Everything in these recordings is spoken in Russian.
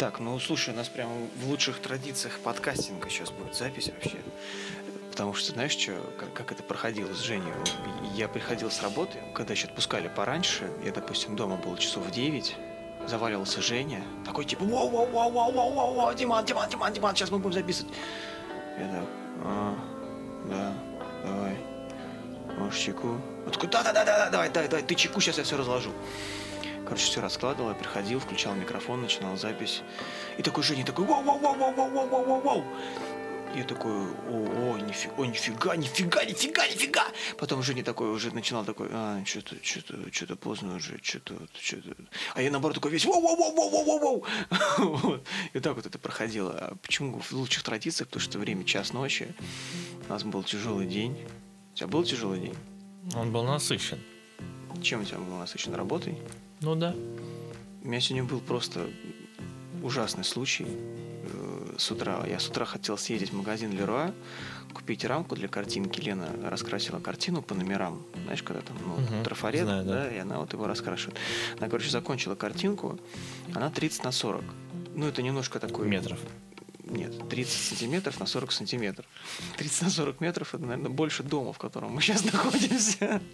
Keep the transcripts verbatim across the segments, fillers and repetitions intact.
Так, ну слушай, у нас прям в лучших традициях подкастинга сейчас будет запись вообще. Потому что, знаешь, что, как, как это проходило с Женей? Я приходил с работы, когда еще отпускали пораньше, я, допустим, дома был часов в девять, заваливался Женя, такой типа «Воу-воу-воу-воу-воу-воу, Диман, Диман, Диман, Диман, сейчас мы будем записывать». Я так, а, да, давай, можешь чеку? Он такой «Да-да-да, давай, давай, давай, ты чеку, сейчас я все разложу». Короче, все раскладывал, я приходил, включал микрофон, начинал запись. И такой Женя такой «Воу-воу-воу-воу-воу-воу-воу-воу». Я такой, о, о, нифига, о, нифига, нифига, нифига, нифига. Потом Женя такой уже начинал такой, а, что-то, что-то, что-то поздно уже, что-то, что-то. А я наоборот такой весь, воу-воу-воу-воу-воу-воу. Вот. И так вот это проходило. А почему в лучших традициях? Потому что время час ночи. У нас был тяжелый день. У тебя был тяжелый день? Он был насыщен. Чем у тебя был насыщен? Работой? Ну да. У меня сегодня был просто ужасный случай. С утра. Я с утра хотел съездить в магазин Леруа, купить рамку для картинки. Лена раскрасила картину по номерам. Знаешь, когда там ну, угу, трафарет, знаю, да. да, и она вот его раскрашивает. Она, короче, закончила картинку. Она тридцать на сорок. Ну, это немножко такой... Метров. Нет, тридцать сантиметров на сорок сантиметров. тридцать на сорок метров — это, наверное, больше дома, в котором мы сейчас находимся.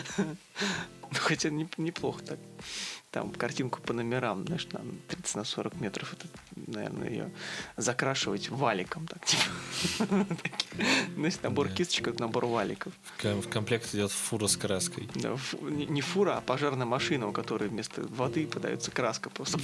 Хотя неплохо так. Там картинку по номерам, знаешь, там тридцать на сорок метров, это, наверное, ее закрашивать валиком, так, типа. Знаешь, набор кисточек, набор валиков. В комплекте идет фура с краской. Да, не фура, а пожарная машина, у которой вместо воды подается краска просто.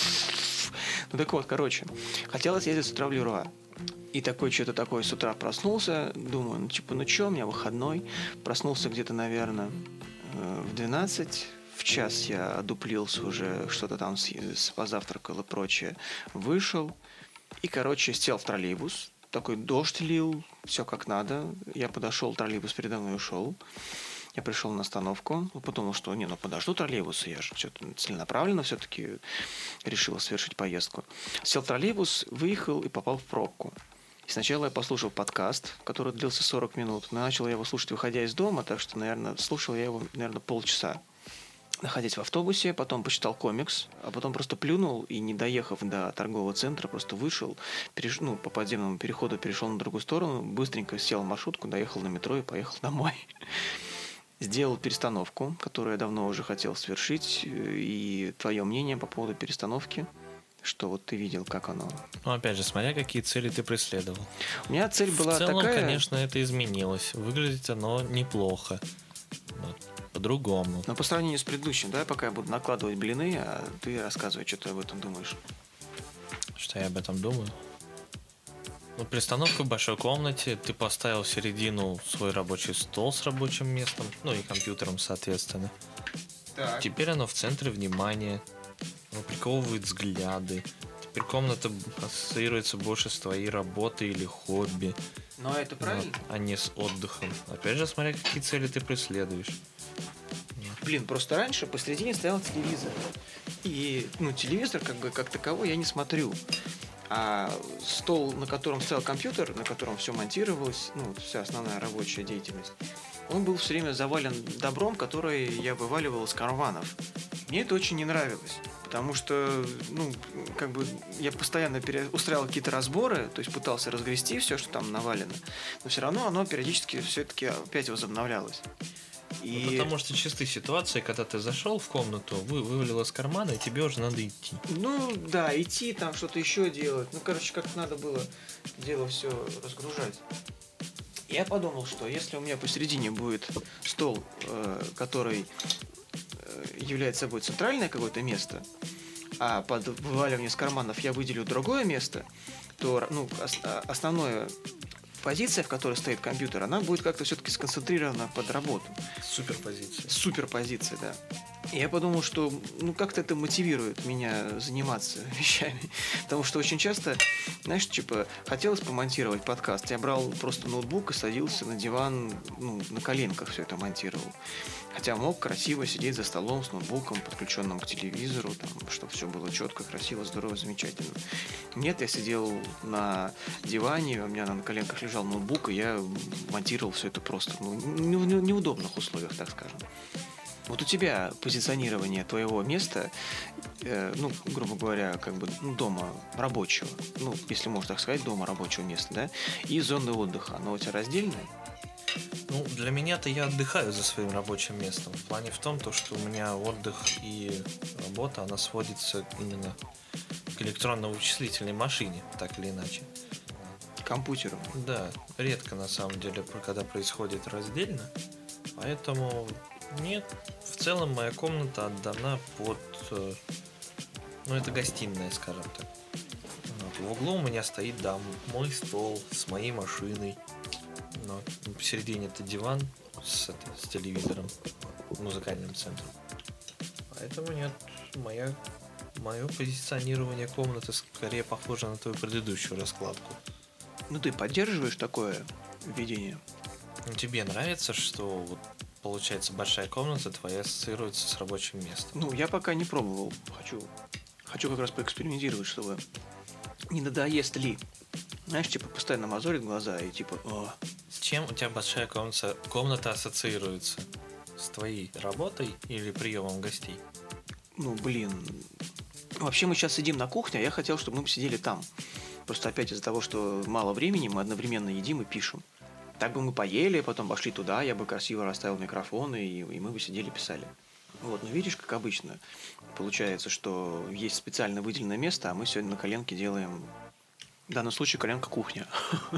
Ну так вот, короче, хотелось ездить с утра в Леруа. И такой что-то такое с утра проснулся, думаю, ну типа, ну что, у меня выходной. Проснулся где-то, наверное, в двенадцать. В час я одуплился уже, что-то там позавтракал и прочее. Вышел и, короче, сел в троллейбус. Такой дождь лил, все как надо. Я подошел, троллейбус передо мной ушел. Я пришел на остановку, подумал, что не, ну подожду троллейбуса, я же что-то целенаправленно все-таки решил совершить поездку. Сел в троллейбус, выехал и попал в пробку. И сначала я послушал подкаст, который длился сорок минут. Начал я его слушать, выходя из дома, так что, наверное, слушал я его, наверное, полчаса. Находясь в автобусе, потом почитал комикс, а потом просто плюнул и, не доехав до торгового центра, просто вышел, переш... ну, по подземному переходу перешел на другую сторону, быстренько сел в маршрутку, доехал на метро и поехал домой. Сделал перестановку, которую я давно уже хотел совершить. И твое мнение по поводу перестановки, что вот ты видел, как оно? Ну, опять же, смотря какие цели ты преследовал. У меня цель была В целом, такая... конечно, это изменилось. Выглядит оно неплохо. По-другому. Но по сравнению с предыдущим, да, пока я буду накладывать блины, а ты рассказывай, что ты об этом думаешь. Что я об этом думаю? Ну, перестановка в большой комнате, ты поставил в середину свой рабочий стол с рабочим местом, ну и компьютером, соответственно. Так. Теперь оно в центре внимания, оно приковывает взгляды. Теперь комната ассоциируется больше с твоей работой или хобби. Но это правильно? Вот, а не с отдыхом. Опять же, смотря какие цели ты преследуешь. Блин, просто раньше посередине стоял телевизор. И, ну, телевизор как бы как таковой я не смотрю. А стол, на котором стоял компьютер, на котором все монтировалось, ну, вся основная рабочая деятельность, он был все время завален добром, которое я вываливал из карманов. Мне это очень не нравилось, потому что, ну, как бы я постоянно пере... устраивал какие-то разборы, то есть пытался разгрести все, что там навалено, но все равно оно периодически все-таки опять возобновлялось. И... Ну, потому что чистые ситуации, когда ты зашел в комнату, вы вывалил из кармана, и тебе уже надо идти. Ну, да, идти, там что-то еще делать. Ну, короче, как-то надо было дело все разгружать. Я подумал, что если у меня посередине будет стол, э, который э, является собой центральное какое-то место, а под вываливание из карманов я выделю другое место, то, ну, ос- основное... позиция, в которой стоит компьютер, она будет как-то все-таки сконцентрирована под работу. Суперпозиция. Суперпозиция, да. И я подумал, что ну как-то это мотивирует меня заниматься вещами. Потому что очень часто, знаешь, типа, хотелось помонтировать подкаст. Я брал просто ноутбук и садился на диван, ну, на коленках все это монтировал. Хотя мог красиво сидеть за столом с ноутбуком, подключенным к телевизору, там, чтобы все было четко, красиво, здорово, замечательно. Нет, я сидел на диване, у меня на коленках лежал ноутбук, и я монтировал все это просто ну, в неудобных условиях, так скажем. Вот у тебя позиционирование твоего места, э, ну, грубо говоря, как бы ну, дома рабочего, ну, если можно так сказать, дома рабочего места, да, и зоны отдыха, оно у тебя раздельное? Ну, для меня-то я отдыхаю за своим рабочим местом. В плане в том, то, что у меня отдых и работа, она сводится именно к электронно-вычислительной машине, так или иначе. Компьютером? Да, редко на самом деле, когда происходит раздельно. Поэтому нет, в целом моя комната отдана под... Ну, это гостиная, скажем так. Вот. В углу у меня стоит, да, мой стол с моей машиной. Но посередине это диван с, это, с телевизором, музыкальным центром. Поэтому нет, моя, мое позиционирование комнаты скорее похоже на твою предыдущую раскладку. Ну ты поддерживаешь такое видение? Ну, тебе нравится, что вот, получается большая комната твоя ассоциируется с рабочим местом? Ну, я пока не пробовал. Хочу, хочу как раз поэкспериментировать, чтобы не надоест ли. Знаешь, типа постоянно мозолит глаза и типа... О. С чем у тебя большая комната, комната ассоциируется? С твоей работой или приемом гостей? Ну, блин. Вообще мы сейчас сидим на кухне, а я хотел, чтобы мы сидели там. Просто опять из-за того, что мало времени, мы одновременно едим и пишем. Так бы мы поели, потом пошли туда, я бы красиво расставил микрофон, и, и мы бы сидели писали. Вот, ну видишь, как обычно. Получается, что есть специально выделенное место, а мы сегодня на коленке делаем... В данном случае коленка кухня.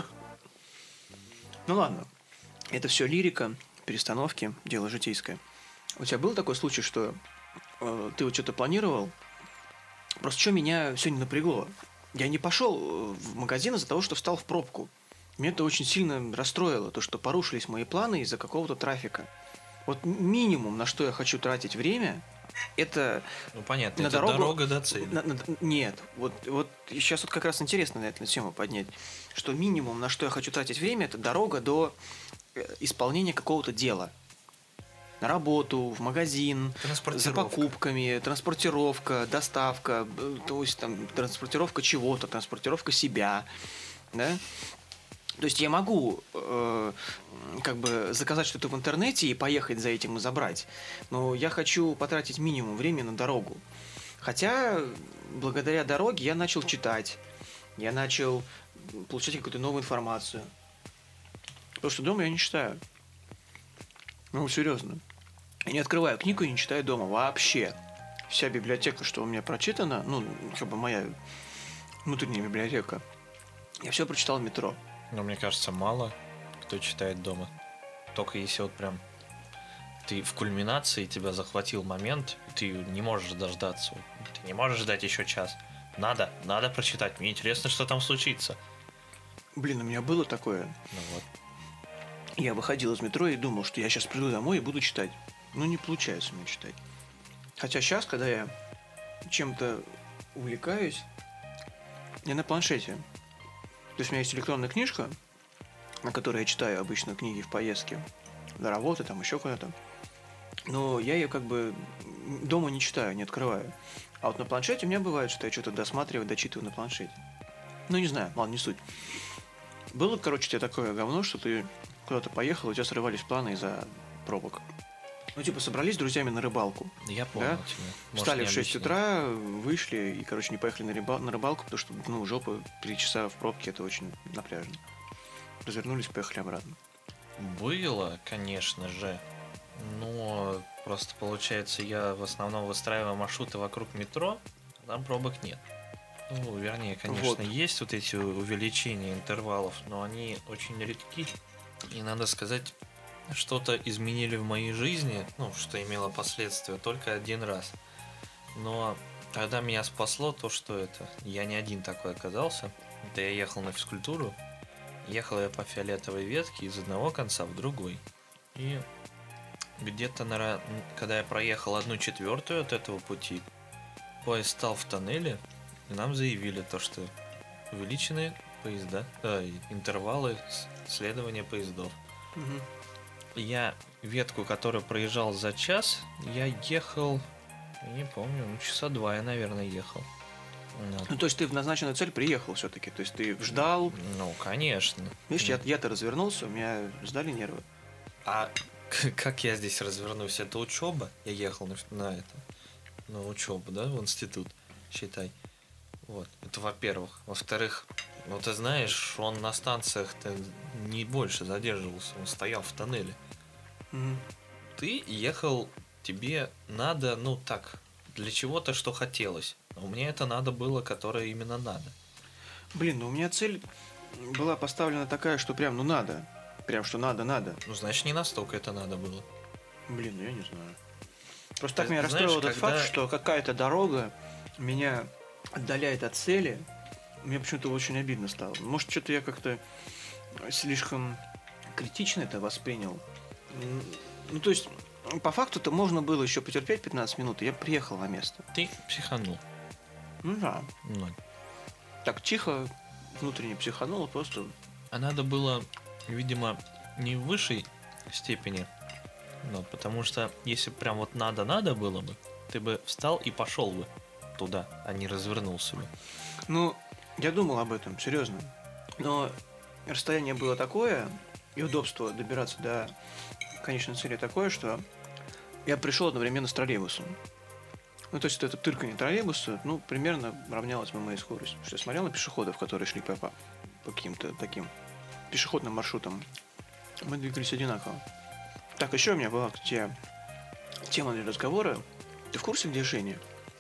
Ну ладно. Это все лирика, перестановки, дело житейское. У тебя был такой случай, что э, ты вот что-то планировал? Просто что меня сегодня напрягло? Я не пошел в магазин из-за того, что встал в пробку. Меня это очень сильно расстроило, то, что порушились мои планы из-за какого-то трафика. Вот минимум, на что я хочу тратить время, это... Ну, понятно, на это дорогу... дорога до цели. На, на, нет, вот, вот сейчас вот как раз интересно на эту тему поднять, что минимум, на что я хочу тратить время, это дорога до исполнения какого-то дела. На работу, в магазин, за покупками, транспортировка, доставка, то есть там транспортировка чего-то, транспортировка себя, да? То есть я могу э, как бы заказать что-то в интернете и поехать за этим и забрать, но я хочу потратить минимум времени на дорогу. Хотя благодаря дороге я начал читать, я начал получать какую-то новую информацию. Потому что дома я не читаю. Ну, серьезно. Я не открываю книгу и не читаю дома вообще. Вся библиотека, что у меня прочитана, ну, как бы моя внутренняя библиотека, я все прочитал в метро. Но мне кажется, мало кто читает дома. Только если вот прям ты в кульминации, тебя захватил момент, ты не можешь дождаться. Ты не можешь ждать еще час. Надо, надо прочитать. Мне интересно, что там случится. Блин, у меня было такое. Ну вот. Я выходил из метро и думал, что я сейчас приду домой и буду читать. Ну, не получается у меня читать. Хотя сейчас, когда я чем-то увлекаюсь, я на планшете. То есть у меня есть электронная книжка, на которой я читаю обычно книги в поездке, до работы, там еще куда-то. Но я ее как бы дома не читаю, не открываю. А вот на планшете у меня бывает, что я что-то досматриваю, дочитываю на планшете. Ну, не знаю, ладно, не суть. Было, короче, у тебя такое говно, что ты куда-то поехал, у тебя срывались планы из-за пробок. Ну, типа, собрались с друзьями на рыбалку. Я понял да? тебя. Может, Встали в шесть объяснить. утра, вышли и, короче, не поехали на, рыба- на рыбалку, потому что, ну, жопа, три часа в пробке, это очень напряжно. Развернулись, поехали обратно. Было, конечно же. Но просто получается, я в основном выстраиваю маршруты вокруг метро, а там пробок нет. Ну, вернее, конечно, Вот. есть вот эти увеличения интервалов, но они очень редки. И надо сказать, что-то изменили в моей жизни, ну, что имело последствия только один раз. Но тогда меня спасло то, что это. Я не один такой оказался. Это я ехал на физкультуру. Ехал я по фиолетовой ветке из одного конца в другой. И где-то, на... когда я проехал одну четвертую от этого пути, поезд стал в тоннеле, и нам заявили то, что увеличены поезда, э, интервалы следования поездов. Угу. Я ветку, которую проезжал за час, я ехал, не помню, ну, часа два я, наверное, ехал. Вот. Ну, то есть ты в назначенную цель приехал все-таки, то есть ты ждал. Ну, конечно. Видишь, я, я-то развернулся, у меня сдали нервы. А как я здесь развернусь? Это учеба. Я ехал на, на это, на учебу, да, в институт, считай. Вот, это во-первых. Во-вторых, ну ты знаешь, он на станциях-то не больше задерживался, он стоял в тоннеле. Мгм. Ты ехал, тебе надо, ну так, для чего-то, что хотелось. А у меня это надо было, которое именно надо. Блин, ну у меня цель была поставлена такая, что прям, ну надо. Прям, что надо, надо. Ну, значит, не настолько это надо было. Блин, ну я не знаю. Просто так Ты меня знаешь, расстроил этот когда- факт, что какая-то дорога меня отдаляет от цели. Мне почему-то очень обидно стало. Может, что-то я как-то слишком критично это воспринял. М, Ну, то есть, по факту-то можно было еще потерпеть пятнадцать минут, и я приехал на место. Ты психанул. Ну да. Ну, Так тихо, внутренне психанул, просто... а надо было, видимо, не в высшей степени. Ну, потому что если прям вот надо-надо было бы, ты бы встал и пошел бы туда, а не развернулся бы. Ну, я думал об этом, серьезно. Но расстояние было такое, и удобство добираться до конечной цели такое, что я пришел одновременно с троллейбусом. Ну, то есть, это тырканье троллейбуса, ну, примерно равнялось бы моей скорости. Потому что я смотрел на пешеходов, которые шли по, по, по каким-то таким пешеходным маршрутам. Мы двигались одинаково. Так, еще у меня была те, тема для разговора. Ты в курсе, где Женя?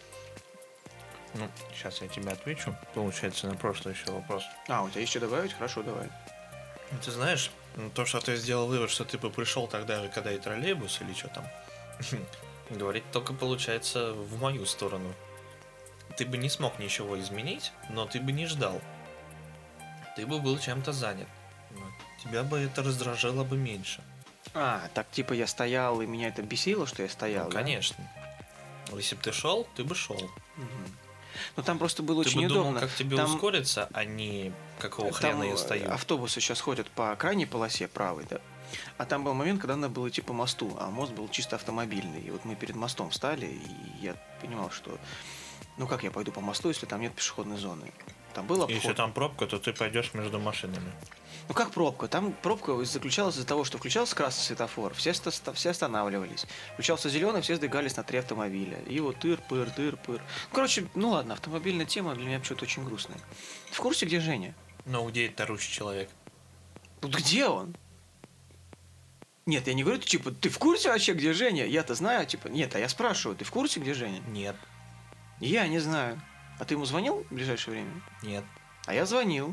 Ну, сейчас я тебе отвечу. Получается, на прошлый еще вопрос. А, у тебя есть что добавить? Хорошо, давай. Ты знаешь, ну, то, что ты сделал вывод, что ты бы пришел тогда же, когда и троллейбус, или что там, говорить только получается в мою сторону. Ты бы не смог ничего изменить, но ты бы не ждал. Ты бы был чем-то занят. Вот. Тебя бы это раздражало бы меньше. А, так типа я стоял, и меня это бесило, что я стоял, Ну, да? конечно. Если бы ты шел, ты бы шел. Мгм. Ну там просто было Ты очень бы удобно. думал, как тебе Там- ускориться, а не какого Там хрена я э, стою. автобусы сейчас ходят по крайней полосе правой, да? А там был момент, когда надо было идти по мосту, а мост был чисто автомобильный. И вот мы перед мостом встали, и я понимал, что ну как я пойду по мосту, если там нет пешеходной зоны? Там был обход. Если там пробка, то ты пойдешь между машинами. Ну как пробка? Там пробка заключалась из-за того, что включался красный светофор, все, ста- все останавливались. Включался зеленый, все сдвигались на три автомобиля. И вот тыр-пыр, тыр-пыр. Ну, короче, ну ладно, автомобильная тема для меня почему-то очень грустная. Ты в курсе, где Женя? Но где это русский человек? Вот где он? Нет, я не говорю, типа, ты в курсе вообще, где Женя? Я-то знаю, типа, нет, а я спрашиваю, ты в курсе, где Женя? Нет, Я не знаю. А ты ему звонил в ближайшее время? нет. А я звонил.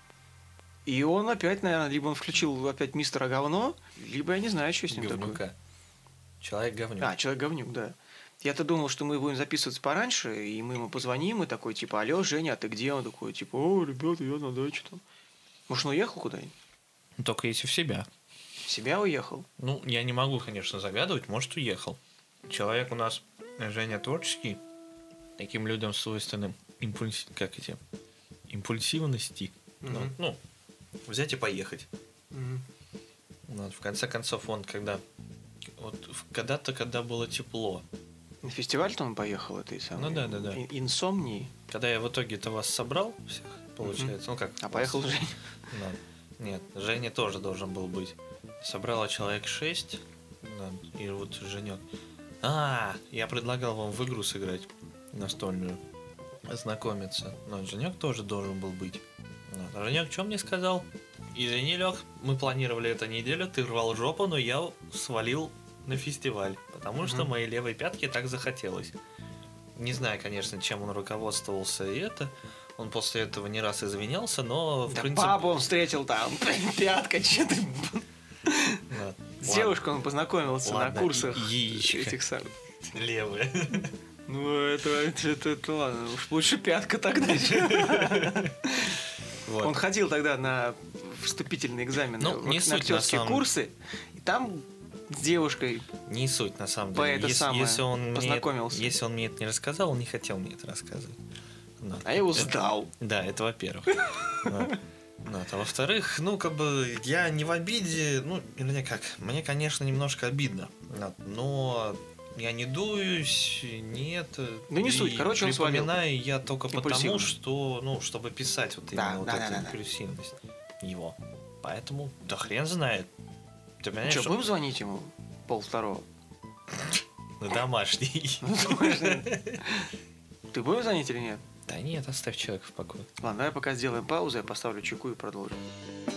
И он опять, наверное, либо он включил опять мистера говно, либо я не знаю, что с ним такое. Говнюка. Человек говнюк. А, человек-говнюк, да. Я-то думал, что мы будем записываться пораньше, и мы ему позвоним, и такой, типа, алло, Женя, а ты где? Он такой, типа, о, ребята, я на даче там. Может, он уехал куда-нибудь? Ну, только если в себя. В себя уехал? Ну, я не могу, конечно, загадывать, может, уехал. Человек у нас, Женя, творческий. Таким людям свойственны импульс... как эти... импульсивности. Ну, Мгм. ну, взять и поехать. Мгм. Вот, в конце концов, он когда... Вот в- когда-то, когда было тепло, На фестиваль-то он поехал, этой самой? Ну да, да, да. ин- Инсомнии. когда я в итоге-то вас собрал всех, получается, ну как... А вас- поехал Женя. Да. Нет, Женя тоже должен был быть. Собрала человек шесть, да, и вот Женек. А, я предлагал вам в игру сыграть настольную, ознакомиться. Но Женек тоже должен был быть. Вот. А Женек что мне сказал? Извини, Лех, мы планировали эту неделю, ты рвал жопу, но я свалил на фестиваль, потому что Мгм. моей левой пятке так захотелось. Не знаю, конечно, чем он руководствовался и это. Он после этого не раз извинялся, но в Да принципе... папу он встретил там, пятка, че ты... Да. С Ладно. девушкой он познакомился Ладно, на курсах яичко. этих самых. Левые. Ну, это, это, это, это ладно, уж лучше пятка тогда. Вот. Он ходил тогда на вступительные экзамены Ну, в не ак- суть, на на актерские самом- курсы, и там с девушкой. Не суть, на самом По деле. это Если, самое если он мне, познакомился. если он мне это не рассказал, он не хотел мне это рассказывать. Вот. А я его Это- сдал. Да, это во-первых. Вот. Вот. А во-вторых, ну, как бы, я не в обиде, ну, или как, мне, конечно, немножко обидно, вот, но я не дуюсь, нет. Ну, не и суть, короче, он свалил. припоминаю я только потому, Импульсивно. что, ну, чтобы писать вот Да, именно вот да, эту да, да, да. импульсивность его. Поэтому, да хрен знает. Ты понимаешь, Что, что- будем звонить ему? Пол второго. На домашний. Ты будешь звонить или нет? Да нет, оставь человека в покое. Ладно, давай пока сделаем паузу, я поставлю чеку и продолжим.